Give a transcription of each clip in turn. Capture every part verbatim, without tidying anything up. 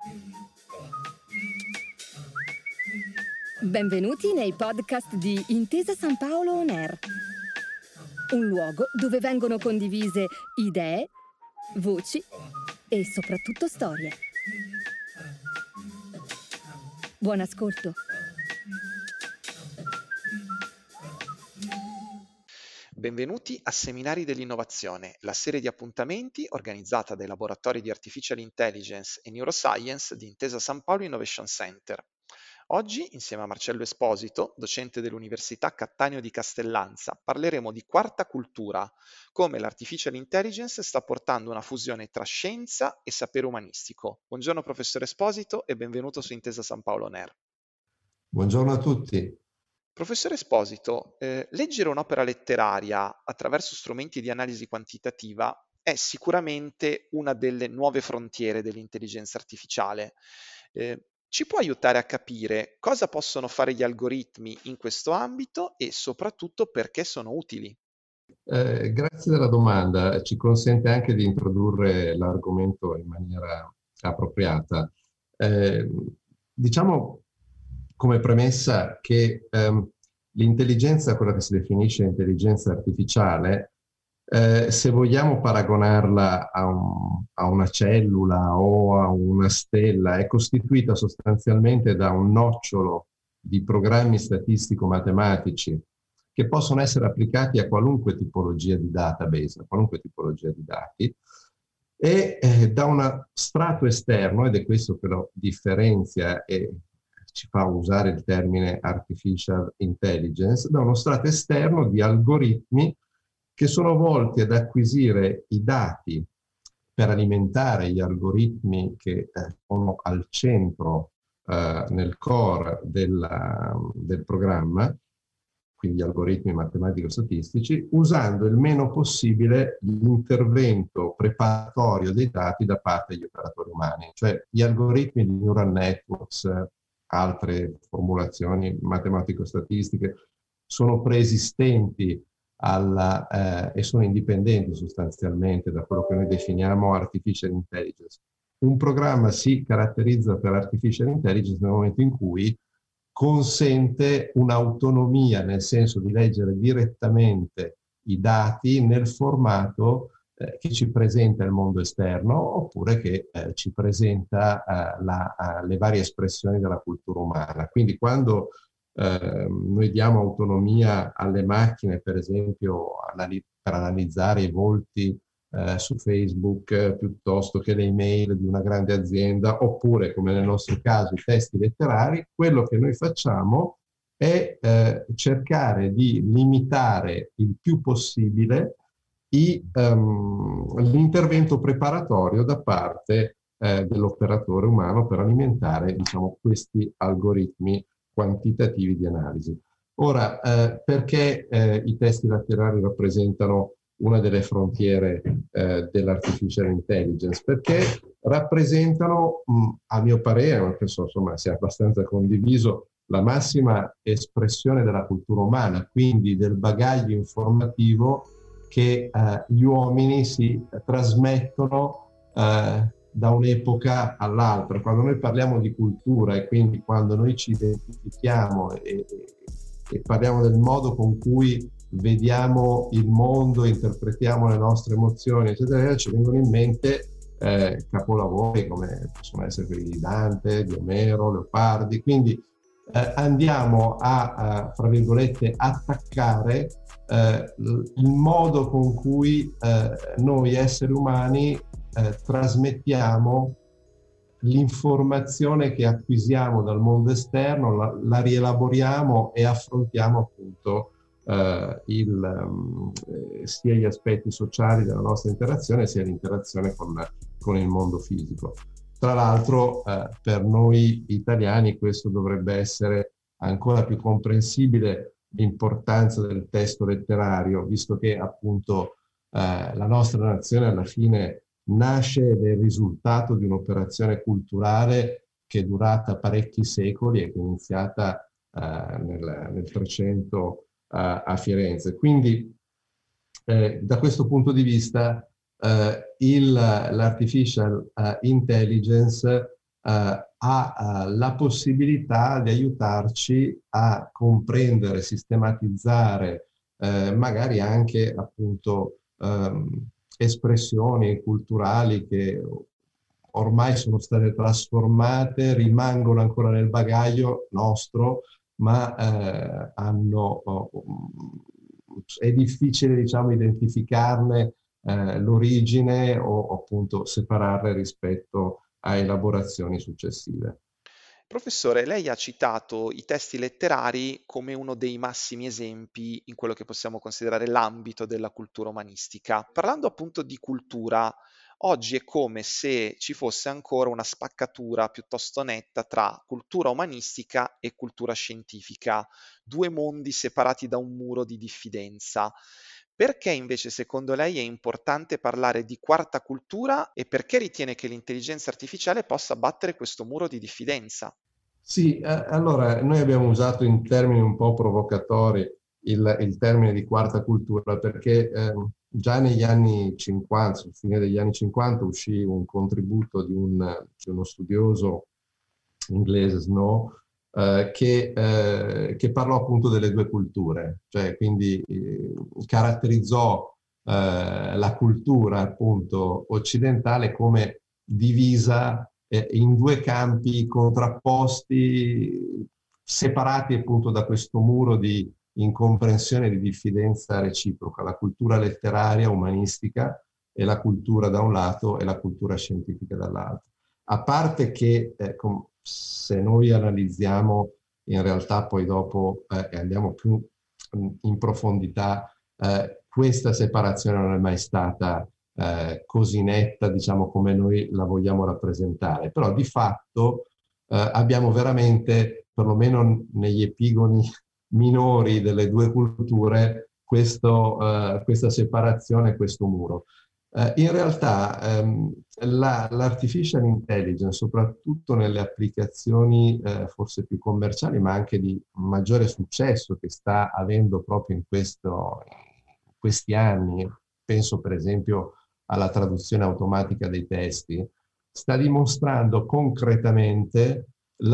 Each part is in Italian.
Benvenuti nei podcast di Intesa San Paolo On Air, un luogo dove vengono condivise idee, voci e soprattutto storie. Buon ascolto. Benvenuti a Seminari dell'Innovazione, la serie di appuntamenti organizzata dai laboratori di Artificial Intelligence e Neuroscience di Intesa San Paolo Innovation Center. Oggi, insieme a Marcello Esposito, docente dell'Università Cattaneo di Castellanza, parleremo di quarta cultura, come l'Artificial Intelligence sta portando una fusione tra scienza e sapere umanistico. Buongiorno professore Esposito e benvenuto su Intesa San Paolo On Air. Buongiorno a tutti. Professore Esposito, eh, leggere un'opera letteraria attraverso strumenti di analisi quantitativa è sicuramente una delle nuove frontiere dell'intelligenza artificiale. Eh, ci può aiutare a capire cosa possono fare gli algoritmi in questo ambito e soprattutto perché sono utili? Eh, grazie della domanda, ci consente anche di introdurre l'argomento in maniera appropriata. Eh, diciamo come premessa che ehm, l'intelligenza, quella che si definisce intelligenza artificiale, eh, se vogliamo paragonarla a, un, a una cellula o a una stella, è costituita sostanzialmente da un nocciolo di programmi statistico-matematici che possono essere applicati a qualunque tipologia di database, a qualunque tipologia di dati, e eh, da uno strato esterno, ed è questo che lo differenzia e ci fa usare il termine artificial intelligence, da uno strato esterno di algoritmi che sono volti ad acquisire i dati per alimentare gli algoritmi che eh, sono al centro, eh, nel core della, del programma, quindi gli algoritmi matematico-statistici, usando il meno possibile l'intervento preparatorio dei dati da parte degli operatori umani. Cioè gli algoritmi di neural networks, altre formulazioni matematico-statistiche, sono preesistenti alla, eh, e sono indipendenti sostanzialmente da quello che noi definiamo artificial intelligence. Un programma si caratterizza per artificial intelligence nel momento in cui consente un'autonomia, nel senso di leggere direttamente i dati nel formato eh, che ci presenta il mondo esterno, oppure che eh, ci presenta eh, la, uh, le varie espressioni della cultura umana. Quindi quando eh, noi diamo autonomia alle macchine, per esempio anali- per analizzare i volti eh, su Facebook eh, piuttosto che le email di una grande azienda, oppure come nel nostro caso i testi letterari, quello che noi facciamo è eh, cercare di limitare il più possibile i, um, l'intervento preparatorio da parte eh, dell'operatore umano per alimentare, diciamo, questi algoritmi quantitativi di analisi. Ora, eh, perché eh, i testi letterari rappresentano una delle frontiere eh, dell'artificial intelligence? Perché rappresentano, mh, a mio parere, ma penso insomma sia abbastanza condiviso, la massima espressione della cultura umana, quindi del bagaglio informativo che eh, gli uomini si trasmettono eh, da un'epoca all'altra. Quando noi parliamo di cultura e quindi quando noi ci identifichiamo e, e parliamo del modo con cui vediamo il mondo, interpretiamo le nostre emozioni, eccetera, ci vengono in mente eh, capolavori come possono essere quelli di Dante, di Omero, Leopardi. Quindi eh, andiamo a, a, fra virgolette, attaccare eh, il modo con cui eh, noi esseri umani eh, trasmettiamo l'informazione che acquisiamo dal mondo esterno, la, la rielaboriamo e affrontiamo appunto Uh, il, um, eh, sia gli aspetti sociali della nostra interazione sia l'interazione con, con il mondo fisico. Tra l'altro uh, per noi italiani questo dovrebbe essere ancora più comprensibile, l'importanza del testo letterario, visto che appunto uh, la nostra nazione alla fine nasce ed è il risultato di un'operazione culturale che è durata parecchi secoli e che è iniziata uh, nel, nel trecento a Firenze. Quindi eh, da questo punto di vista eh, il, l'artificial uh, intelligence eh, ha eh, la possibilità di aiutarci a comprendere, sistematizzare, eh, magari anche appunto ehm, espressioni culturali che ormai sono state trasformate, rimangono ancora nel bagaglio nostro, ma eh, hanno, oh, è difficile, diciamo, identificarne eh, l'origine o, o appunto separarle rispetto a elaborazioni successive. Professore, lei ha citato i testi letterari come uno dei massimi esempi in quello che possiamo considerare l'ambito della cultura umanistica. Parlando appunto di cultura, oggi è come se ci fosse ancora una spaccatura piuttosto netta tra cultura umanistica e cultura scientifica, due mondi separati da un muro di diffidenza. Perché invece secondo lei è importante parlare di quarta cultura e perché ritiene che l'intelligenza artificiale possa abbattere questo muro di diffidenza? Sì, eh, allora noi abbiamo usato in termini un po' provocatori il, il termine di quarta cultura perché eh, già negli anni cinquanta, sul fine degli anni cinquanta, uscì un contributo di, un, di uno studioso inglese, Snow, eh, che, eh, che parlò appunto delle due culture, cioè quindi eh, caratterizzò eh, la cultura appunto occidentale come divisa eh, in due campi contrapposti, separati appunto da questo muro di incomprensione e di diffidenza reciproca, la cultura letteraria, umanistica, e la cultura da un lato e la cultura scientifica dall'altro. A parte che eh, se noi analizziamo in realtà poi dopo eh, e andiamo più in profondità, eh, questa separazione non è mai stata eh, così netta, diciamo, come noi la vogliamo rappresentare, però di fatto eh, abbiamo veramente, perlomeno negli epigoni minori delle due culture, questo, eh, questa separazione, questo muro. Uh, in realtà um, la, l'artificial intelligence, soprattutto nelle applicazioni uh, forse più commerciali, ma anche di maggiore successo che sta avendo proprio in, questo, in questi anni, penso per esempio alla traduzione automatica dei testi, sta dimostrando concretamente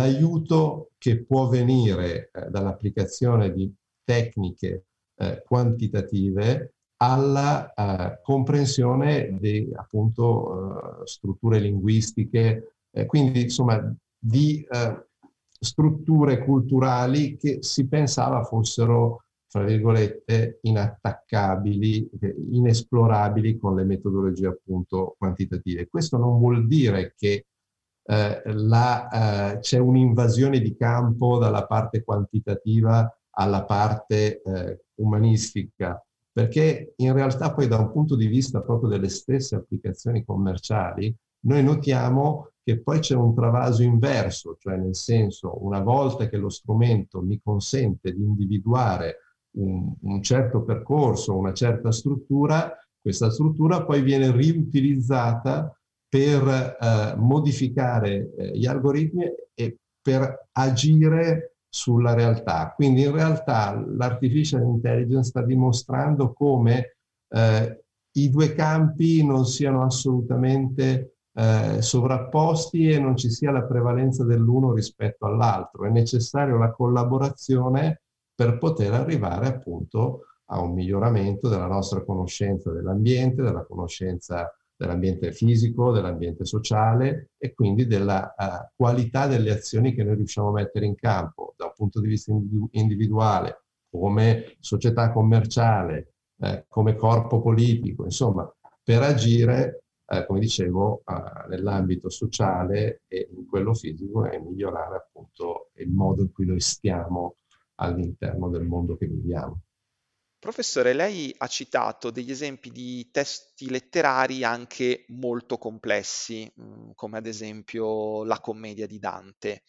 l'aiuto che può venire uh, dall'applicazione di tecniche uh, quantitative alla uh, comprensione di appunto uh, strutture linguistiche, eh, quindi insomma di uh, strutture culturali che si pensava fossero, fra virgolette, inattaccabili, inesplorabili con le metodologie appunto quantitative. Questo non vuol dire che eh, la, eh, c'è un'invasione di campo dalla parte quantitativa alla parte eh, umanistica, perché in realtà poi da un punto di vista proprio delle stesse applicazioni commerciali noi notiamo che poi c'è un travaso inverso, cioè nel senso, una volta che lo strumento mi consente di individuare un, un certo percorso, una certa struttura, questa struttura poi viene riutilizzata per eh, modificare eh, gli algoritmi e per agire sulla realtà. Quindi in realtà l'artificial intelligence sta dimostrando come eh, i due campi non siano assolutamente eh, sovrapposti e non ci sia la prevalenza dell'uno rispetto all'altro. È necessaria la collaborazione per poter arrivare appunto a un miglioramento della nostra conoscenza dell'ambiente, della conoscenza dell'ambiente fisico, dell'ambiente sociale e quindi della uh, qualità delle azioni che noi riusciamo a mettere in campo da un punto di vista individuale, come società commerciale, eh, come corpo politico, insomma, per agire, eh, come dicevo, uh, nell'ambito sociale e in quello fisico e migliorare appunto il modo in cui noi stiamo all'interno del mondo che viviamo. Professore, lei ha citato degli esempi di testi letterari anche molto complessi, come ad esempio la commedia di Dante.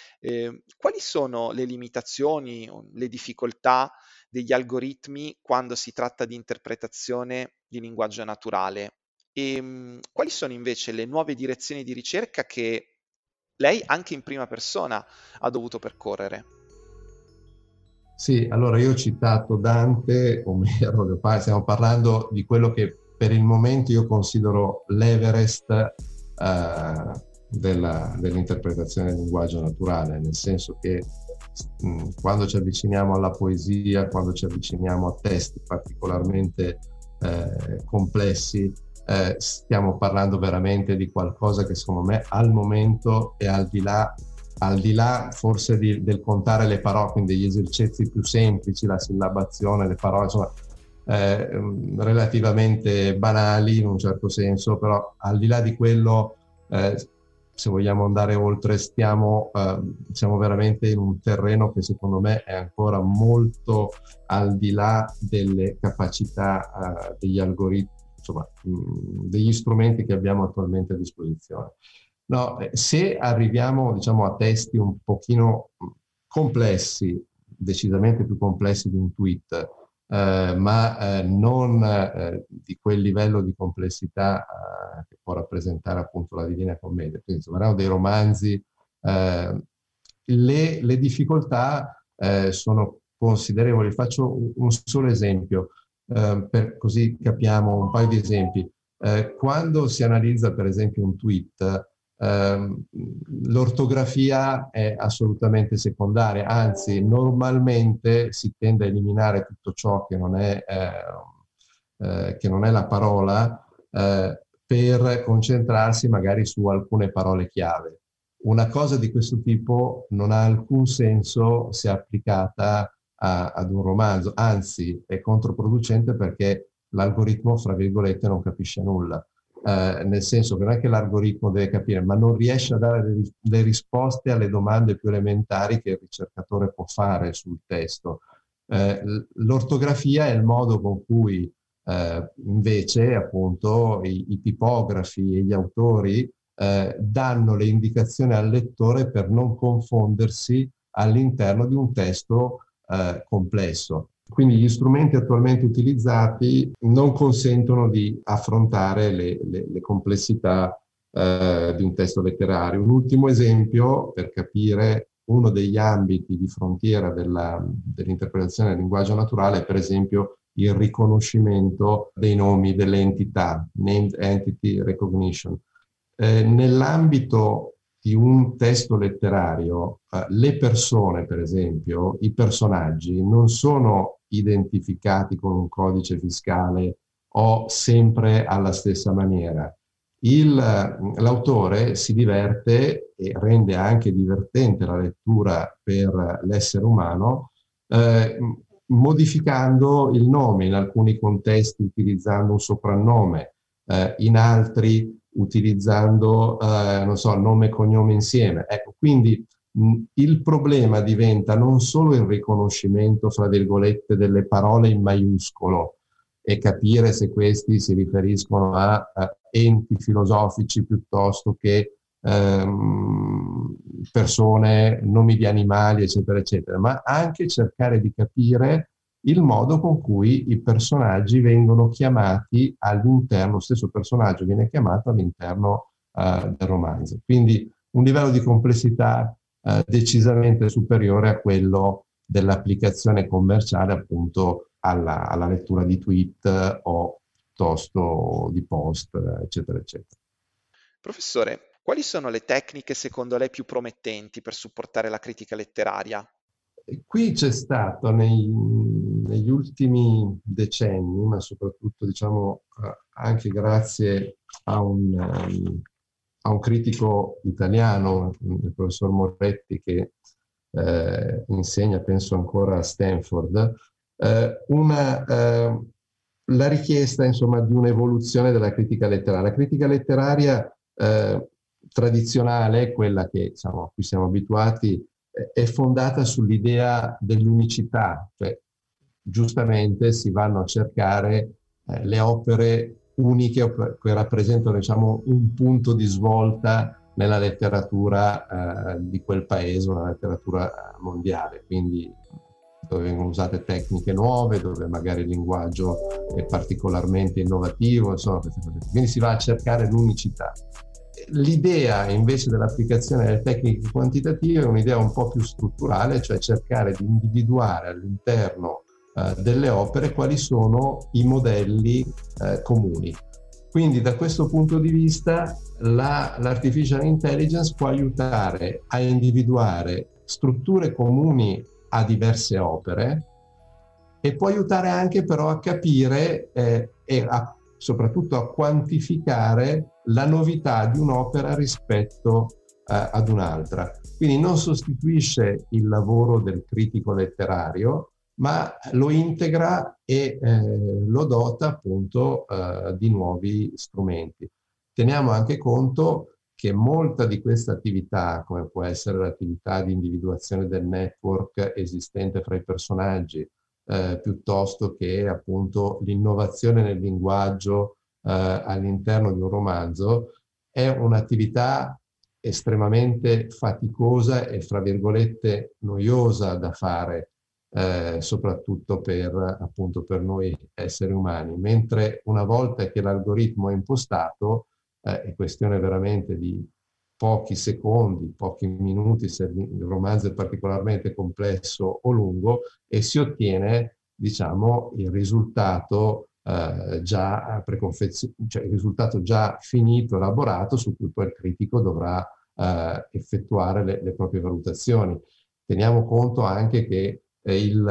Eh, quali sono le limitazioni, le difficoltà degli algoritmi quando si tratta di interpretazione di linguaggio naturale? E mh, quali sono invece le nuove direzioni di ricerca che lei anche in prima persona ha dovuto percorrere? Sì, allora io ho citato Dante, Omero, stiamo parlando di quello che per il momento io considero l'Everest eh, della, dell'interpretazione del linguaggio naturale, nel senso che mh, quando ci avviciniamo alla poesia, quando ci avviciniamo a testi particolarmente eh, complessi, eh, stiamo parlando veramente di qualcosa che secondo me al momento è al di là al di là forse di, del contare le parole, quindi degli esercizi più semplici, la sillabazione, le parole, insomma, eh, relativamente banali in un certo senso, però al di là di quello, eh, se vogliamo andare oltre, stiamo, eh, siamo veramente in un terreno che secondo me è ancora molto al di là delle capacità eh, degli algoritmi, insomma, mh, degli strumenti che abbiamo attualmente a disposizione. No, se arriviamo, diciamo, a testi un pochino complessi, decisamente più complessi di un tweet, eh, ma eh, non eh, di quel livello di complessità eh, che può rappresentare appunto la Divina Commedia, quindi insomma, dei romanzi, eh, le, le difficoltà eh, sono considerevoli. Faccio un solo esempio, eh, per così capiamo un paio di esempi. Eh, quando si analizza per esempio un tweet, Uh, l'ortografia è assolutamente secondaria, anzi normalmente si tende a eliminare tutto ciò che non è, eh, eh, che non è la parola eh, per concentrarsi magari su alcune parole chiave. Una cosa di questo tipo non ha alcun senso se applicata a, ad un romanzo, anzi è controproducente perché l'algoritmo, fra virgolette, non capisce nulla. Uh, nel senso che non è che l'algoritmo deve capire, ma non riesce a dare le, le risposte alle domande più elementari che il ricercatore può fare sul testo. Uh, l'ortografia è il modo con cui uh, invece appunto i, i tipografi e gli autori uh, danno le indicazioni al lettore per non confondersi all'interno di un testo uh, complesso. Quindi gli strumenti attualmente utilizzati non consentono di affrontare le, le, le complessità eh, di un testo letterario. Un ultimo esempio per capire uno degli ambiti di frontiera della, dell'interpretazione del linguaggio naturale è per esempio il riconoscimento dei nomi delle entità, Named Entity Recognition. Eh, nell'ambito di un testo letterario, eh, le persone, per esempio, i personaggi, non sono identificati con un codice fiscale o sempre alla stessa maniera. Il, l'autore si diverte e rende anche divertente la lettura per l'essere umano, eh, modificando il nome, in alcuni contesti utilizzando un soprannome, eh, in altri utilizzando, eh, non so, nome e cognome insieme. Ecco, quindi mh, il problema diventa non solo il riconoscimento, fra virgolette, delle parole in maiuscolo e capire se questi si riferiscono a, a enti filosofici piuttosto che ehm, persone, nomi di animali, eccetera, eccetera, ma anche cercare di capire il modo con cui i personaggi vengono chiamati all'interno, lo stesso personaggio viene chiamato all'interno uh, del romanzo. Quindi un livello di complessità uh, decisamente superiore a quello dell'applicazione commerciale appunto alla, alla lettura di tweet o piuttosto di post, eccetera, eccetera. Professore, quali sono le tecniche secondo lei più promettenti per supportare la critica letteraria? Qui c'è stato nei, negli ultimi decenni, ma soprattutto diciamo anche grazie a un, um, a un critico italiano, il professor Moretti, che eh, insegna penso ancora a Stanford, eh, una, eh, la richiesta insomma di un'evoluzione della critica letteraria. La critica letteraria eh, tradizionale, quella che diciamo, a cui siamo abituati, è fondata sull'idea dell'unicità, cioè giustamente si vanno a cercare eh, le opere uniche che rappresentano diciamo, un punto di svolta nella letteratura eh, di quel paese, una letteratura mondiale, quindi dove vengono usate tecniche nuove, dove magari il linguaggio è particolarmente innovativo, insomma, queste cose. Quindi si va a cercare l'unicità. L'idea invece dell'applicazione delle tecniche quantitative è un'idea un po' più strutturale, cioè cercare di individuare all'interno eh, delle opere quali sono i modelli eh, comuni. Quindi da questo punto di vista la, l'artificial intelligence può aiutare a individuare strutture comuni a diverse opere e può aiutare anche però a capire eh, e a, soprattutto a quantificare la novità di un'opera rispetto eh, ad un'altra. Quindi non sostituisce il lavoro del critico letterario, ma lo integra e eh, lo dota appunto eh, di nuovi strumenti. Teniamo anche conto che molta di questa attività, come può essere l'attività di individuazione del network esistente fra i personaggi, eh, piuttosto che appunto l'innovazione nel linguaggio eh, all'interno di un romanzo, è un'attività estremamente faticosa e, fra virgolette, noiosa da fare, Eh, soprattutto per appunto per noi esseri umani, mentre una volta che l'algoritmo è impostato eh, è questione veramente di pochi secondi, pochi minuti se il romanzo è particolarmente complesso o lungo, e si ottiene, diciamo, il risultato eh, già preconfezionato, cioè il risultato già finito, elaborato, su cui poi il critico dovrà eh, effettuare le, le proprie valutazioni. Teniamo conto anche che Il,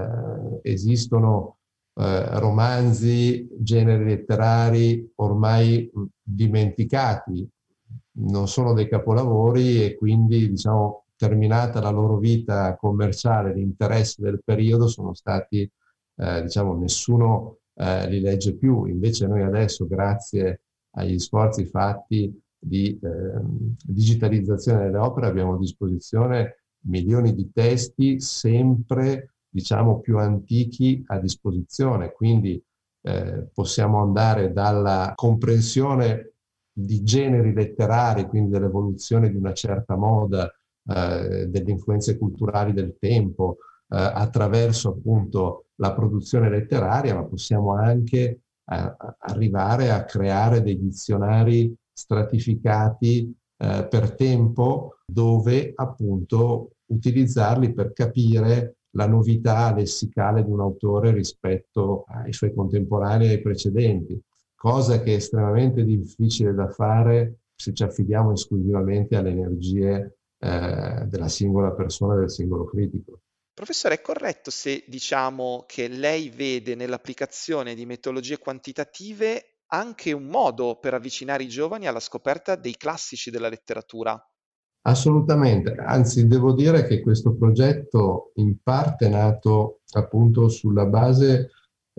eh, esistono eh, romanzi, generi letterari ormai dimenticati, non sono dei capolavori e quindi, diciamo, terminata la loro vita commerciale, l'interesse del periodo, sono stati, eh, diciamo, nessuno eh, li legge più. Invece noi adesso, grazie agli sforzi fatti di eh, digitalizzazione delle opere, abbiamo a disposizione milioni di testi sempre, diciamo, più antichi a disposizione, quindi eh, possiamo andare dalla comprensione di generi letterari, quindi dell'evoluzione di una certa moda, eh, delle influenze culturali del tempo, eh, attraverso appunto la produzione letteraria, ma possiamo anche eh, arrivare a creare dei dizionari stratificati Eh, per tempo, dove appunto utilizzarli per capire la novità lessicale di un autore rispetto ai suoi contemporanei e ai precedenti, cosa che è estremamente difficile da fare se ci affidiamo esclusivamente alle energie eh, della singola persona, del singolo critico. Professore, è corretto se diciamo che lei vede nell'applicazione di metodologie quantitative anche un modo per avvicinare i giovani alla scoperta dei classici della letteratura? Assolutamente, anzi devo dire che questo progetto in parte è nato appunto sulla base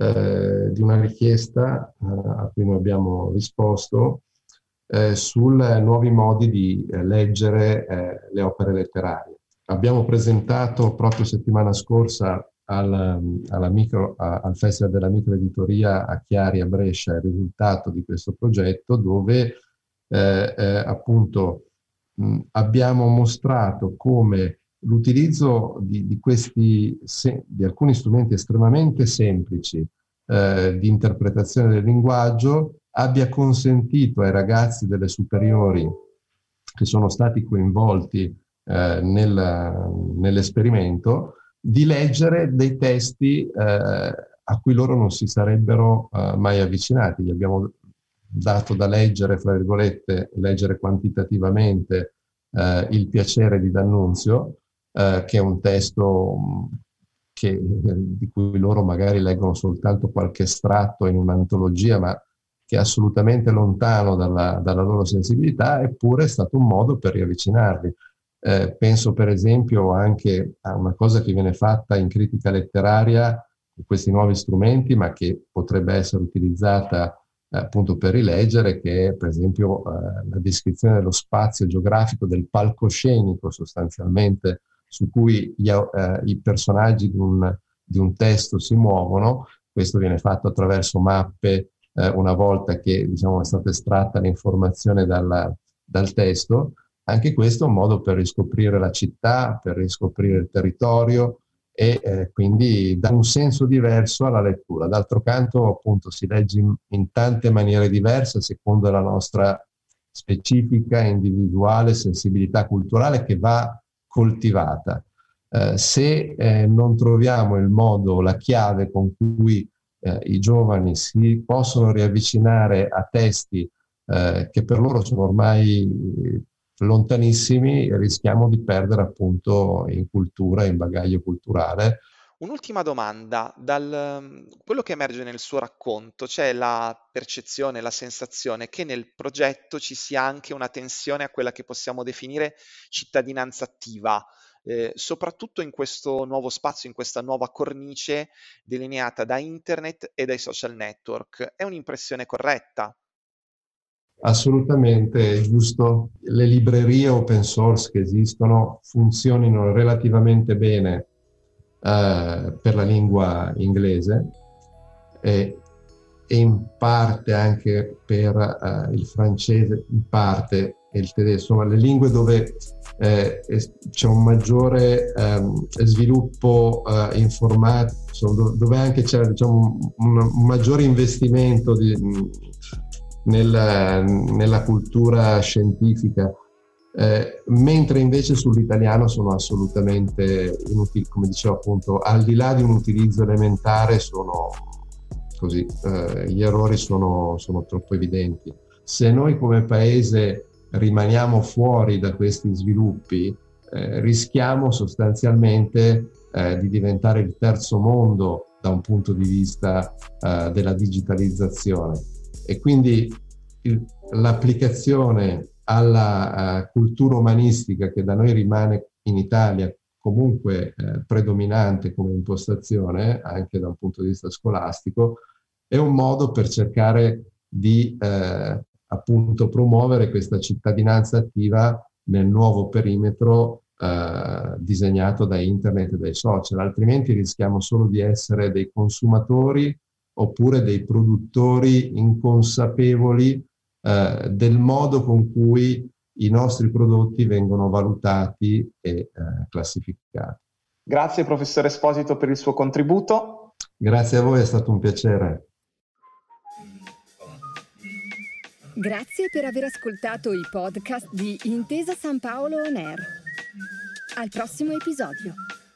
eh, di una richiesta eh, a cui noi abbiamo risposto eh, sui nuovi modi di eh, leggere eh, le opere letterarie. Abbiamo presentato proprio settimana scorsa al, alla micro, a, al Festival della Microeditoria a Chiari a Brescia il risultato di questo progetto, dove eh, eh, appunto mh, abbiamo mostrato come l'utilizzo di, di questi se, di alcuni strumenti estremamente semplici eh, di interpretazione del linguaggio abbia consentito ai ragazzi delle superiori che sono stati coinvolti eh, nel, nell'esperimento di leggere dei testi eh, a cui loro non si sarebbero eh, mai avvicinati. Gli abbiamo dato da leggere, fra virgolette, leggere quantitativamente eh, Il piacere di D'Annunzio, eh, che è un testo che, di cui loro magari leggono soltanto qualche estratto in un'antologia, ma che è assolutamente lontano dalla, dalla loro sensibilità, eppure è stato un modo per riavvicinarli. Eh, penso per esempio anche a una cosa che viene fatta in critica letteraria con questi nuovi strumenti, ma che potrebbe essere utilizzata eh, appunto per rileggere, che è per esempio eh, la descrizione dello spazio geografico del palcoscenico, sostanzialmente, su cui gli, eh, i personaggi di un, di un testo si muovono. Questo viene fatto attraverso mappe, eh, una volta che, diciamo, è stata estratta l'informazione dal, dal testo. Anche questo è un modo per riscoprire la città, per riscoprire il territorio e eh, quindi dà un senso diverso alla lettura. D'altro canto, appunto, si legge in, in tante maniere diverse secondo la nostra specifica, individuale sensibilità culturale che va coltivata. Eh, se eh, non troviamo il modo, la chiave con cui eh, i giovani si possono riavvicinare a testi eh, che per loro sono ormai lontanissimi, rischiamo di perdere appunto in cultura, in bagaglio culturale. Un'ultima domanda, dal quello che emerge nel suo racconto, c'è la percezione, la sensazione che nel progetto ci sia anche una tensione a quella che possiamo definire cittadinanza attiva, eh, soprattutto in questo nuovo spazio, in questa nuova cornice delineata da internet e dai social network. È un'impressione corretta? Assolutamente è giusto. Le librerie open source che esistono funzionino relativamente bene eh, per la lingua inglese e, e in parte anche per eh, il francese, in parte e il tedesco, ma le lingue dove eh, c'è un maggiore ehm, sviluppo eh, informatico, dove anche c'è, diciamo, un, un maggiore investimento di, nella, nella cultura scientifica, eh, mentre invece sull'italiano sono assolutamente inutili, come dicevo appunto, al di là di un utilizzo elementare sono così, eh, gli errori sono, sono troppo evidenti. Se noi come paese rimaniamo fuori da questi sviluppi, eh, rischiamo sostanzialmente eh, di diventare il terzo mondo da un punto di vista eh, della digitalizzazione. E quindi il, l'applicazione alla uh, cultura umanistica che da noi rimane in Italia comunque eh, predominante come impostazione, anche da un punto di vista scolastico, è un modo per cercare di eh, appunto promuovere questa cittadinanza attiva nel nuovo perimetro eh, disegnato da internet e dai social, altrimenti rischiamo solo di essere dei consumatori oppure dei produttori inconsapevoli eh, del modo con cui i nostri prodotti vengono valutati e eh, classificati. Grazie professore Esposito per il suo contributo. Grazie a voi, è stato un piacere. Grazie per aver ascoltato i podcast di Intesa San Paolo On Air. Al prossimo episodio.